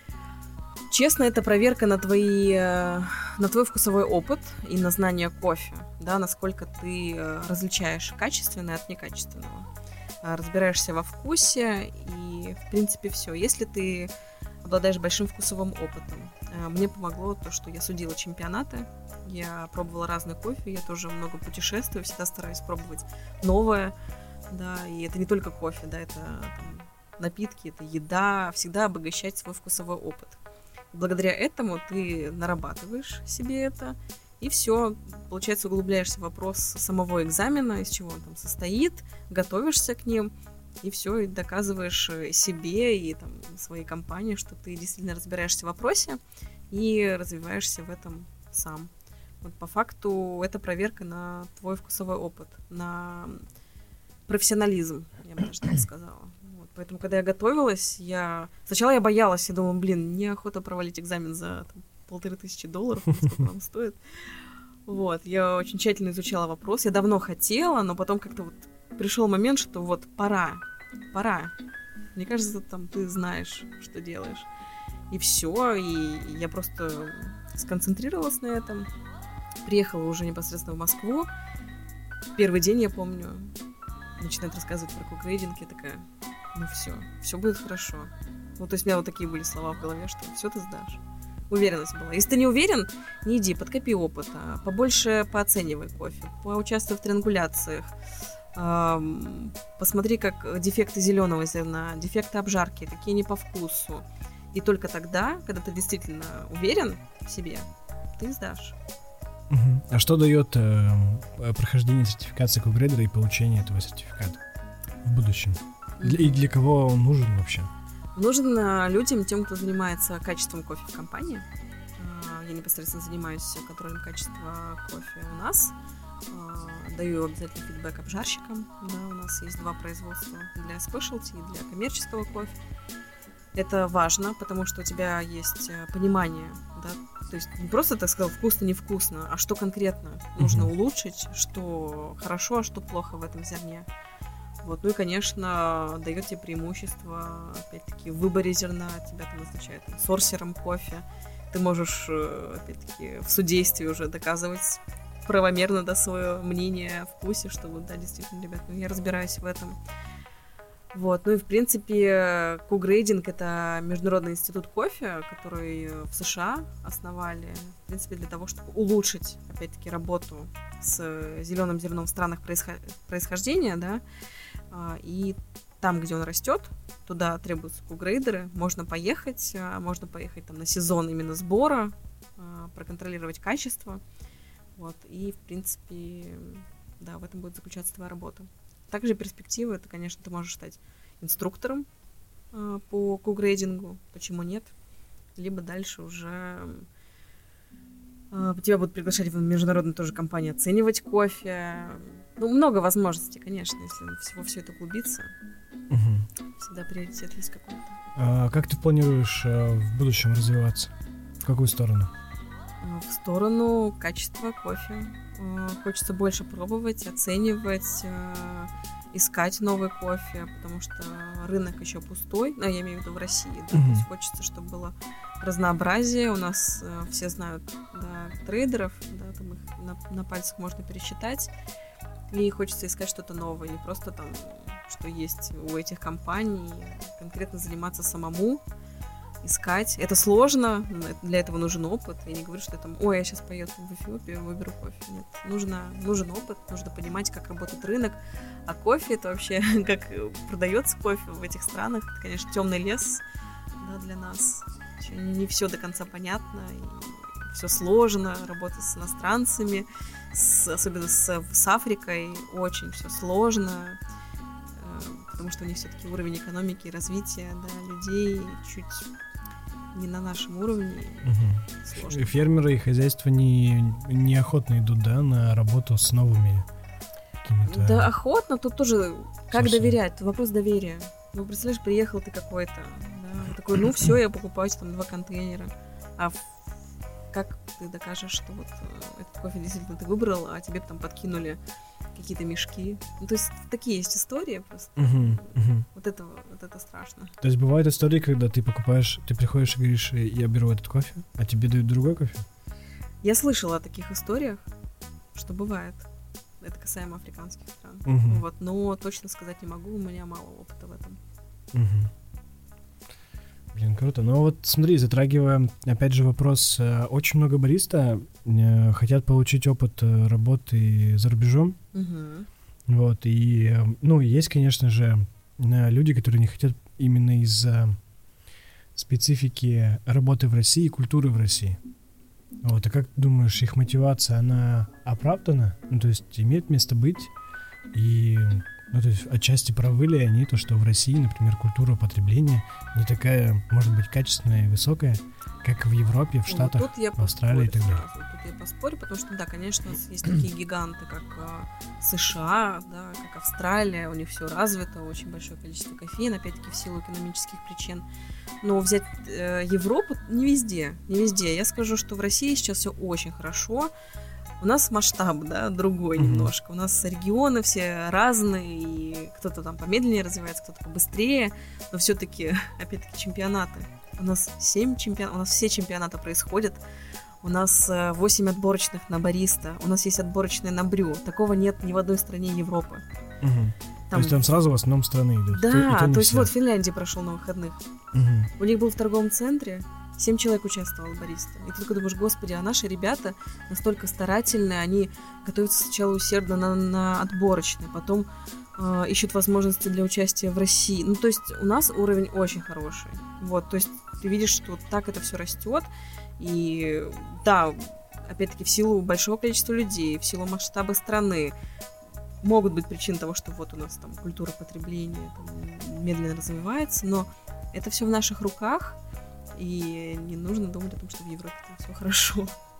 Честно, это проверка на твои, э, на твой вкусовой опыт и на знание кофе, да, насколько ты э, различаешь качественное от некачественного, а, разбираешься во вкусе и, в принципе, все. Если ты обладаешь большим вкусовым опытом, э, мне помогло то, что я судила чемпионаты, я пробовала разный кофе, я тоже много путешествую, всегда стараюсь пробовать новое, да, и это не только кофе, да, это там, напитки, это еда, всегда обогащать свой вкусовой опыт. Благодаря этому ты нарабатываешь себе это, и все, получается, углубляешься в вопрос самого экзамена, из чего он там состоит, готовишься к ним, и все, и доказываешь себе и там, своей компании, что ты действительно разбираешься в вопросе и развиваешься в этом сам. Вот по факту это проверка на твой вкусовой опыт, на профессионализм, я бы даже так сказала. Вот, поэтому, когда я готовилась, я... Сначала я боялась, я думала, блин, неохота провалить экзамен за там, полторы тысячи долларов, сколько он стоит. Вот, я очень тщательно изучала вопрос, я давно хотела, но потом как-то вот пришел момент, что вот пора, пора. Мне кажется, там ты знаешь, что делаешь. И все, и я просто сконцентрировалась на этом. Приехала уже непосредственно в Москву. Первый день, я помню, начинает рассказывать про кугрейдинг, я такая, ну все, все будет хорошо. Ну, то есть у меня вот такие были слова в голове, что все ты сдашь. Уверенность была. Если ты не уверен, не иди, подкопи опыта, побольше пооценивай кофе, поучаствуй в триангуляциях, эм, посмотри, как дефекты зеленого зерна, дефекты обжарки, какие они по вкусу. И только тогда, когда ты действительно уверен в себе, ты сдашь. Мгм. А что дает э, прохождение сертификации кугрейдера и получение этого сертификата в будущем? Для- и для кого он нужен вообще? Нужен а, людям, тем, кто занимается качеством кофе в компании. А, Я непосредственно занимаюсь контролем качества кофе у нас. Даю обязательно фидбэк обжарщикам. Да, у нас есть два производства для спешлти и для коммерческого кофе. Это важно, потому что у тебя есть понимание, да, то есть не просто, так сказал, вкусно-невкусно, а что конкретно нужно mm-hmm. улучшить, что хорошо, а что плохо в этом зерне. Вот. Ну и, конечно, дает тебе преимущество, опять-таки, в выборе зерна, тебя там назначают там, сорсером кофе. Ты можешь, опять-таки, в судействе уже доказывать правомерно, да, свое мнение о вкусе, что вот, да, действительно, ребят, ну я разбираюсь в этом. Вот, ну и, в принципе, Q-Grading — это международный институт кофе, который в США основали, в принципе, для того, чтобы улучшить, опять-таки, работу с зеленым зерном в странах происход... происхождения, да, и там, где он растет, туда требуются Q-грейдеры, можно поехать, можно поехать там на сезон именно сбора, проконтролировать качество, вот, и, в принципе, да, в этом будет заключаться твоя работа. Также перспективы, это, конечно, ты можешь стать инструктором э, по Q-грейдингу, почему нет, либо дальше уже э, тебя будут приглашать в международную тоже компанию оценивать кофе. Ну, много возможностей, конечно, если всего все это углубиться. Угу. Всегда приоритет есть какой-то. А как ты планируешь э, в будущем развиваться? В какую сторону? В сторону качества кофе. Хочется больше пробовать, оценивать, искать новый кофе, потому что рынок еще пустой, ну, я имею в виду в России, да, mm-hmm. то есть хочется, чтобы было разнообразие. У нас все знают, да, трейдеров, да, там их на, на пальцах можно пересчитать, и хочется искать что-то новое, не просто там, что есть у этих компаний, конкретно заниматься самому, искать. Это сложно, для этого нужен опыт. Я не говорю, что я там, ой, я сейчас поеду в Эфиопию, выберу кофе. Нет, нужно, нужен опыт, нужно понимать, как работает рынок. А кофе — это вообще, как продается кофе в этих странах. Это, конечно, темный лес, да, для нас. Еще не все до конца понятно, и все сложно, работать с иностранцами, с, особенно с, с Африкой, очень все сложно, потому что у них все-таки уровень экономики и развития, да, людей чуть не на нашем уровне. Угу. Фермеры и хозяйства не, неохотно идут, да, на работу с новыми какими-то... Да, охотно, тут тоже как Слушай. доверять, тут вопрос доверия. Ну, представляешь, приехал ты какой-то, да, такой, ну все, я покупаю там два контейнера, а как ты докажешь, что вот этот кофе действительно ты выбрал, а тебе там подкинули какие-то мешки. Ну, то есть такие есть истории просто. Uh-huh, uh-huh. Вот это вот это страшно. То есть бывают истории, когда ты покупаешь, ты приходишь и говоришь, я беру этот кофе, а тебе дают другой кофе? Я слышала о таких историях, что бывает. Это касаемо африканских стран. Uh-huh. Вот, но точно сказать не могу, у меня мало опыта в этом. Uh-huh. Блин, круто. Ну вот смотри, затрагивая, опять же, вопрос, очень много бариста э, хотят получить опыт работы за рубежом. Uh-huh. Вот, и, ну, есть, конечно же, люди, которые не хотят именно из-за специфики работы в России и культуры в России. Вот, а как ты думаешь, их мотивация, она оправдана? Ну, то есть имеет место быть? И... Ну, то есть отчасти правы ли они, то, что в России, например, культура потребления не такая, может быть, качественная и высокая, как в Европе, в Штатах, вот в Австралии и так далее. Сразу. Тут я поспорю, потому что, да, конечно, у нас есть такие гиганты, как э, США, да, как Австралия, у них все развито, очень большое количество кофеин, опять-таки в силу экономических причин. Но взять э, Европу не везде, не везде. Я скажу, что в России сейчас все очень хорошо. У нас масштаб, да, другой mm-hmm. немножко. У нас регионы все разные, и кто-то там помедленнее развивается, кто-то побыстрее, но все-таки, опять-таки, чемпионаты. У нас семь чемпионатов, у нас все чемпионаты происходят. У нас восемь отборочных на бариста, у нас есть отборочные на брю. Такого нет ни в одной стране Европы. Mm-hmm. Там... То есть там сразу в основном страны идут? Да, то, то, то есть все. вот в Финляндии прошел на выходных. Mm-hmm. У них был в торговом центре. Семь человек участвовало бариста. И ты только думаешь, господи, а наши ребята настолько старательные, они готовятся сначала усердно на, на отборочные, потом э, ищут возможности для участия в России. Ну, то есть у нас уровень очень хороший. Вот, то есть ты видишь, что так это все растет. И да, опять-таки в силу большого количества людей, в силу масштаба страны могут быть причины того, что вот у нас там культура потребления там, медленно развивается, но это все в наших руках. И не нужно думать о том, что в Европе там все хорошо.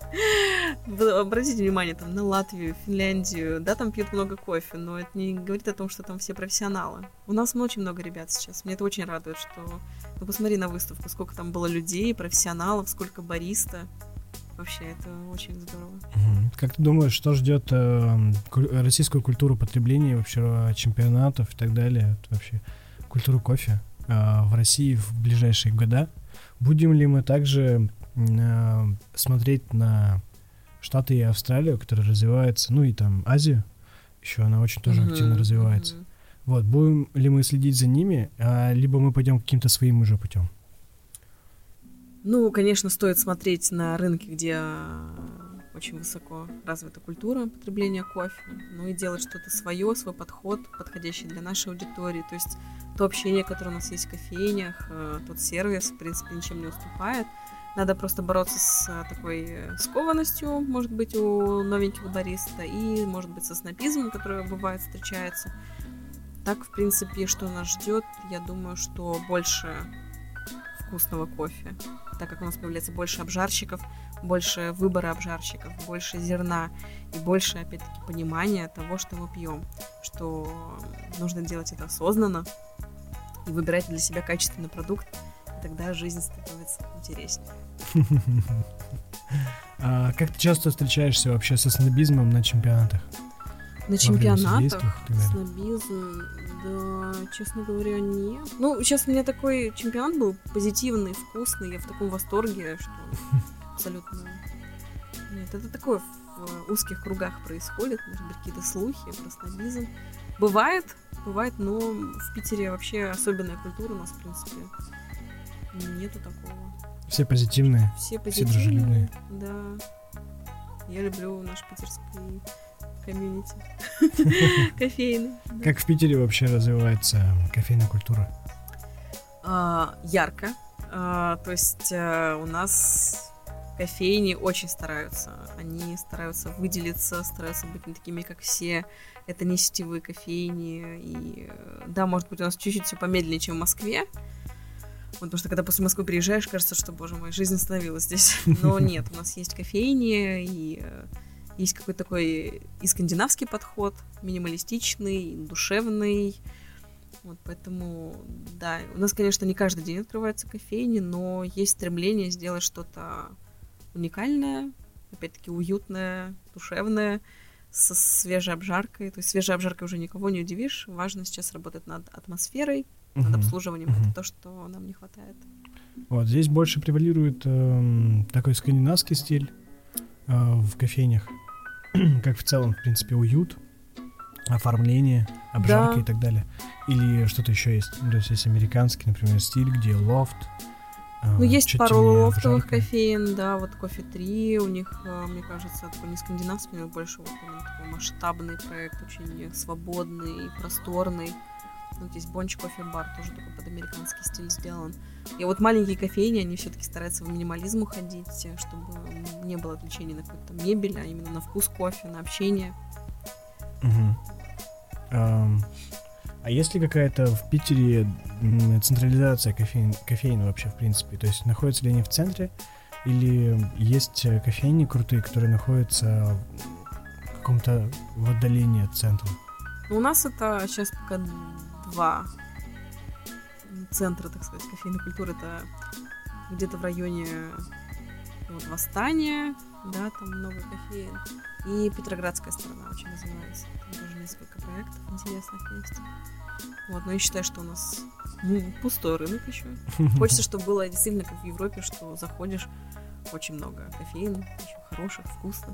Вы обратите внимание там на Латвию, Финляндию, да, там пьют много кофе, но это не говорит о том, что там все профессионалы. У нас очень много ребят сейчас, мне это очень радует, что... Ну, посмотри на выставку, сколько там было людей, профессионалов, сколько бариста. Вообще, это очень здорово. Как ты думаешь, что ждет э, российскую культуру потребления, вообще чемпионатов и так далее, вообще культуру кофе э, в России в ближайшие года? Будем ли мы также э, смотреть на Штаты и Австралию, которые развиваются, ну и там Азию, еще она очень тоже uh-huh, активно развивается. Uh-huh. Вот, будем ли мы следить за ними, а, либо мы пойдем каким-то своим уже путем? Ну, конечно, стоит смотреть на рынки, где очень высоко развита культура потребления кофе, ну и делать что-то свое, свой подход, подходящий для нашей аудитории. То есть то общение, которое у нас есть в кофейнях, тот сервис, в принципе, ничем не уступает. Надо просто бороться с такой скованностью, может быть, у новеньких бариста, и, может быть, со снобизмом, который бывает встречается. Так, в принципе, что нас ждет, я думаю, что больше вкусного кофе, так как у нас появляется больше обжарщиков, больше выбора обжарщиков, больше зерна и больше, опять-таки, понимания того, что мы пьем, что нужно делать это осознанно и выбирать для себя качественный продукт, и тогда жизнь становится интереснее. А как ты часто встречаешься вообще со снобизмом на чемпионатах? На чемпионатах снобизм, да, честно говоря, нет. Ну, сейчас у меня такой чемпионат был позитивный, вкусный, я в таком восторге, что абсолютно... Нет, это такое в узких кругах происходит, может быть, какие-то слухи про снобизм. Бывает, бывает, но в Питере вообще особенная культура у нас, в принципе, нету такого. Все позитивные, все, все дружелюбные. Да, я люблю наш питерский... комьюнити кофейный. Как в Питере вообще развивается кофейная культура? А, ярко. А, то есть а, у нас кофейни очень стараются. Они стараются выделиться, стараются быть не такими, как все. Это не сетевые кофейни. И да, может быть, у нас чуть-чуть все помедленнее, чем в Москве. Вот, потому что когда после Москвы приезжаешь, кажется, что, боже мой, жизнь остановилась здесь. Но нет, у нас есть кофейни, и есть какой-то такой и скандинавский подход, минималистичный, душевный. Вот, поэтому, да, у нас, конечно, не каждый день открываются кофейни, но есть стремление сделать что-то уникальное, опять-таки уютное, душевное, со свежей обжаркой. То есть свежей обжаркой уже никого не удивишь. Важно сейчас работать над атмосферой, uh-huh. над обслуживанием. Uh-huh. Это то, что нам не хватает. Вот здесь больше превалирует э, такой скандинавский стиль э, в кофейнях. Как в целом, в принципе, уют, оформление, обжарка да. и так далее. Или что-то еще есть. То есть есть американский, например, стиль, где лофт. Ну, э, есть пару лофтовых кофеин, да, вот кофе три, у них, мне кажется, такой не скандинавский, но больше вот он такой масштабный проект, очень свободный, просторный. Вот здесь Бонч кофе-бар, тоже такой под американский стиль сделан. И вот маленькие кофейни, они все-таки стараются в минимализм уходить, чтобы не было отвлечений на какую-то мебель, а именно на вкус кофе, на общение. Угу. Um, а есть ли какая-то в Питере централизация кофеин, кофеина вообще, в принципе? То есть находятся ли они в центре? Или есть кофейни крутые, которые находятся в каком-то в отдалении от центра? У нас это сейчас пока два центра, так сказать, кофейной культуры. Это где-то в районе вот, Восстания, да, там много кофеин. И Петроградская сторона очень развивается. Там тоже несколько проектов интересных есть. Вот, но я считаю, что у нас ну, пустой рынок еще. Хочется, чтобы было действительно как в Европе, что заходишь, очень много кофеин, очень хороших, вкусных,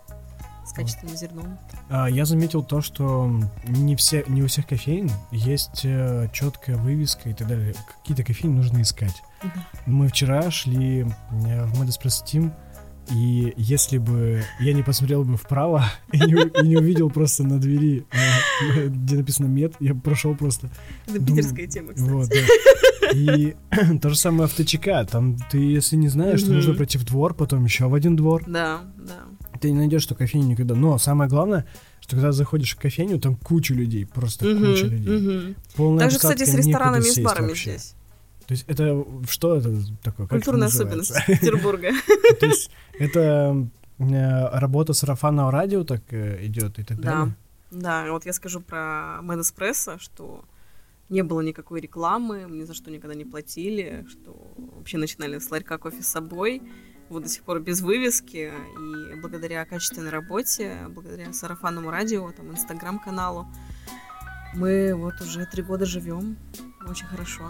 с качественным зерном. А, я заметил то, что не, все, не у всех кофеин есть э, четкая вывеска и так далее. Какие-то кофейни нужно искать. Да. Мы вчера шли в Медэспрессо Тим, и если бы я не посмотрел бы вправо и не, и не увидел просто на двери, э, где написано «Мед», я прошел просто. Это питерская тема, кстати. Вот, да. И то же самое в ТЧК. Там ты, если не знаешь, то нужно пройти в двор, потом еще в один двор. Да, да. Ты не найдешь эту кофейню никогда. Но самое главное, что когда заходишь в кофейню, там куча людей, просто uh-huh, куча людей. Uh-huh. Полная также, кстати, с ресторанами и с барами вообще. Здесь. То есть это что это такое? Культурная особенность Петербурга. То есть это э, работа сарафанного радио так э, идет и так Да. далее? Да, вот я скажу про Mad Espresso, что не было никакой рекламы, ни за что никогда не платили, что вообще начинали с ларька кофе с собой, вот до сих пор без вывески, и благодаря качественной работе, благодаря сарафанному радио, там, инстаграм-каналу, мы вот уже три года живем очень хорошо.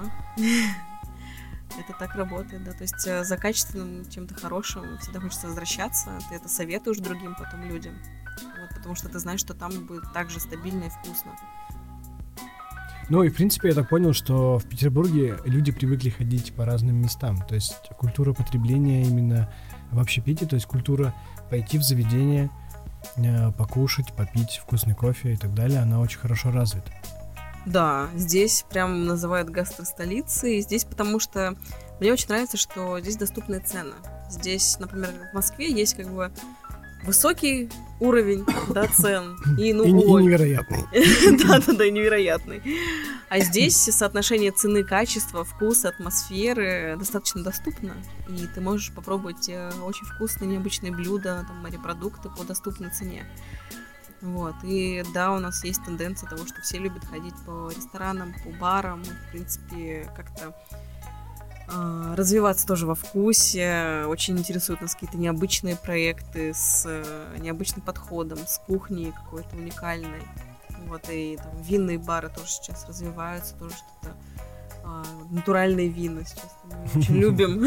Это так работает, да, то есть э, за качественным чем-то хорошим всегда хочется возвращаться, ты это советуешь другим потом людям, вот, потому что ты знаешь, что там будет так же стабильно и вкусно. Ну и, в принципе, я так понял, что в Петербурге люди привыкли ходить по разным местам, то есть культура потребления именно в общепите, то есть культура пойти в заведение, э, покушать, попить вкусный кофе и так далее, она очень хорошо развита. Да, здесь прям называют гастростолицей. И здесь потому что мне очень нравится, что здесь доступные цены. Здесь, например, в Москве есть как бы высокий уровень, да, цен. И, ну, И, не- и ой. невероятный. Да-да-да, и невероятный. А здесь соотношение цены, качества, вкуса, атмосферы достаточно доступно. И ты можешь попробовать э, очень вкусные, необычные блюда, там, морепродукты по доступной цене. Вот, и да, у нас есть тенденция того, что все любят ходить по ресторанам, по барам, в принципе, как-то э, развиваться тоже во вкусе. Очень интересуют нас какие-то необычные проекты с э, необычным подходом, с кухней какой-то уникальной. Вот, и там винные бары тоже сейчас развиваются, тоже что-то э, натуральные вина сейчас мы очень любим.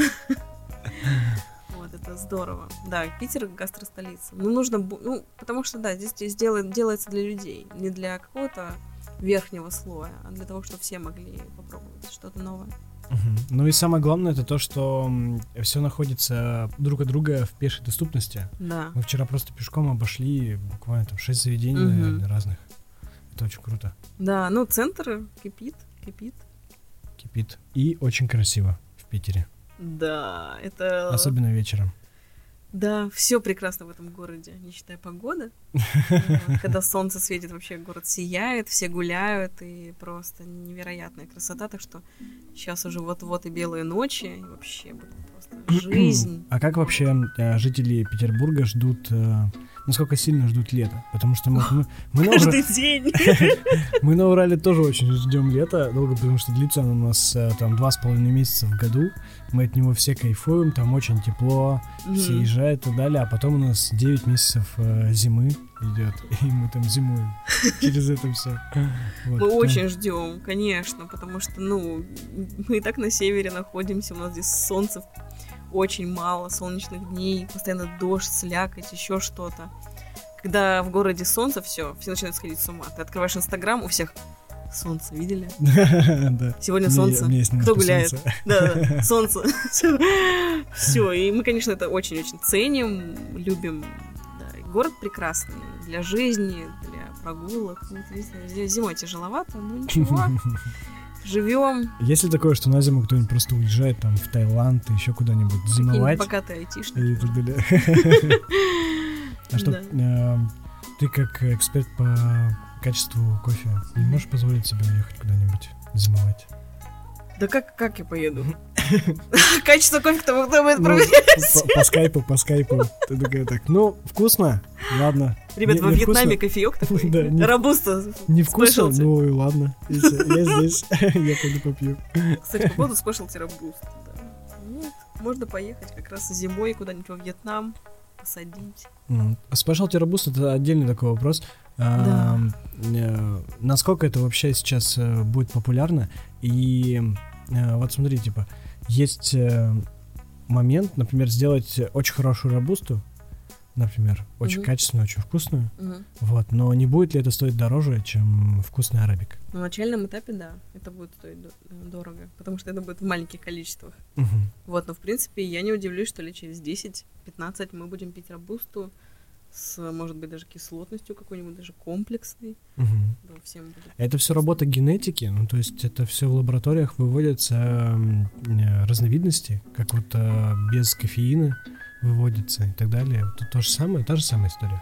Вот, это здорово. Да, Питер гастростолица. Ну, нужно, бу- ну, потому что, да, здесь, здесь делает, делается для людей, не для какого-то верхнего слоя, а для того, чтобы все могли попробовать что-то новое. Мгм. Ну и самое главное, это то, что все находится друг от друга в пешей доступности. Да. Мы вчера просто пешком обошли буквально там шесть заведений, Мгм. наверное, разных. Это очень круто. Да, ну, центр кипит, кипит. Кипит. И очень красиво в Питере. Да, это... Особенно вечером. Да, все прекрасно в этом городе, не считая погоды. Вот, когда солнце светит, вообще город сияет, все гуляют, и просто невероятная красота. Так что сейчас уже вот-вот и белые ночи, и вообще будет просто жизнь. А как вообще э, жители Петербурга ждут, э, насколько сильно ждут лета? Потому что мы, мы, мы на Ура- Каждый день. мы на Урале тоже очень ждем лета долго, потому что длится оно у нас э, там два с половиной месяца в году. Мы от него все кайфуем, там очень тепло, все Мгм. езжают и так далее, а потом у нас девять месяцев э, зимы идет, и мы там зимуем через это все. Мы очень ждем, конечно, потому что, ну, мы и так на севере находимся, у нас здесь солнца очень мало, солнечных дней, постоянно дождь, слякоть, еще что-то. Когда в городе солнце, все, все начинают сходить с ума. Ты открываешь Инстаграм, у всех солнце, видели? Да. Сегодня У меня- солнце. у меня есть Кто немножко гуляет? солнца. Да, да, солнце. Все, и мы, конечно, это очень-очень ценим, любим. Да, и город прекрасный для жизни, для прогулок. Ну, не знаю, зи- зимой тяжеловато, но ничего. Живем. Есть ли такое, что на зиму кто-нибудь просто уезжает там в Таиланд, еще куда-нибудь зимовать? Пока ты айтишник. И так далее. А что, Да. э, ты как эксперт по качеству кофе не можешь позволить себе уехать куда-нибудь зимовать? Да как, как я поеду? Качество кофе кто кто будет Ну, проверять? по, по скайпу, по скайпу. Ты такая так, ну, вкусно, ладно. Ребят, Не- во не Вьетнаме вкусно? кофеек такой. Да, не- Робуста. Не вкусно? Specialty. Ну и ладно. И всё, я здесь, я пойду попью. Кстати, по поводу спешлти робуст. Вот, можно поехать как раз зимой куда-нибудь во Вьетнам, посадить. Спешлти робуст — это отдельный такой вопрос. А, э, Насколько это вообще сейчас э, будет популярно? И э, вот смотри, типа, есть э, момент, например, сделать очень хорошую робусту, например, очень Мгм. качественную, очень вкусную, Мгм. вот, но не будет ли это стоить дороже, чем вкусный арабик? На начальном этапе, да, это будет стоить до- дорого, потому что это будет в маленьких количествах. Мгм. Вот, но в принципе я не удивлюсь, что лет через десять-пятнадцать мы будем пить робусту с, может быть, даже кислотностью какой-нибудь, даже комплексной. Мгм. Да, всем будет. Это все работа генетики, ну то есть это все в лабораториях выводятся м, э, разновидности, как вот э, без кофеина выводится и так далее. Тут то же самое, та же самая история.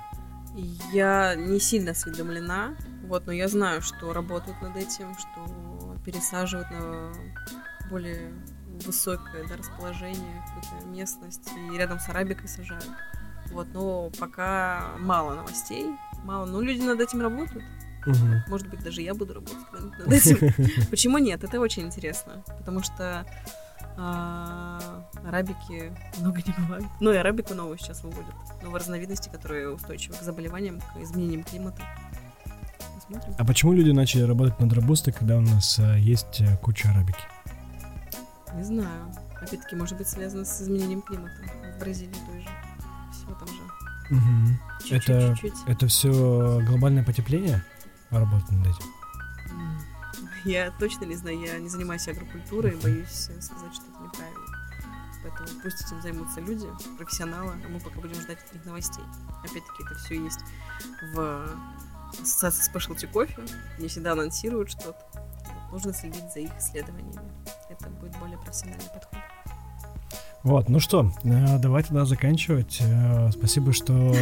Я не сильно осведомлена, вот, но я знаю, что работают над этим, что пересаживают на более высокое, да, расположение, какую-то местность, и рядом с арабикой сажают. Вот, но пока мало новостей, мало. Ну, люди над этим работают. Угу. Может быть, даже я буду работать над этим. Почему нет? Это очень интересно. Потому что а, арабики много не бывает. Ну и арабику новую сейчас выводят. Новые разновидности, которые устойчивы к заболеваниям, к изменениям климата. Посмотрим. А почему люди начали работать над робустой, когда у нас а, есть а, куча арабики? Не знаю. Опять-таки, может быть, связано с изменением климата. В Бразилии той же. Всего там же. Угу. Чуть-чуть, Это, чуть-чуть. это все глобальное потепление? Работать над этим? Я точно не знаю, я не занимаюсь агрокультурой, боюсь сказать, что это неправильно. Поэтому пусть этим займутся люди, профессионалы, а мы пока будем ждать от них новостей. Опять-таки, это все есть в ассоциации Specialty Coffee, они всегда анонсируют что-то. Нужно следить за их исследованиями. Это будет более профессиональный подход. Вот, ну что, давай тогда заканчивать. Спасибо, что...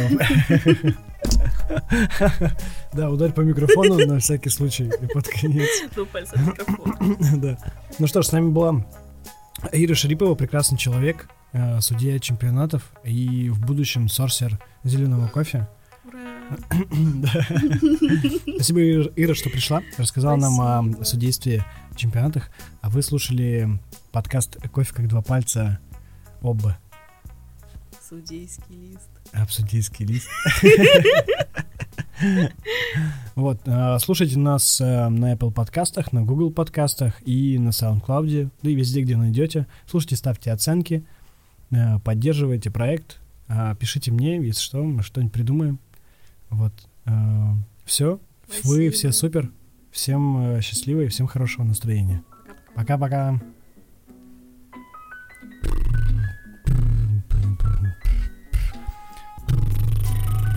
Да, ударь по микрофону на всякий случай и под конец. Ну, пальцы от микрофона. Да. Ну что ж, с нами была Ира Шарипова, прекрасный человек, судья чемпионатов и в будущем сорсер зеленого кофе. Ура! Спасибо, Ира, что пришла, рассказала нам о судействе в чемпионатах, а вы слушали подкаст «Кофе как два пальца» об... Судейский лист. Об судейский лист. Вот, слушайте нас на Apple подкастах, на Google подкастах и на SoundCloud, да и везде, где найдете. Слушайте, ставьте оценки, поддерживайте проект, пишите мне, если что, мы что-нибудь придумаем. Вот, все, вы все супер, всем счастливо и всем хорошего настроения. Пока-пока.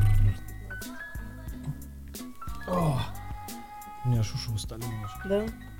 О, у меня уши устали немножко. Да?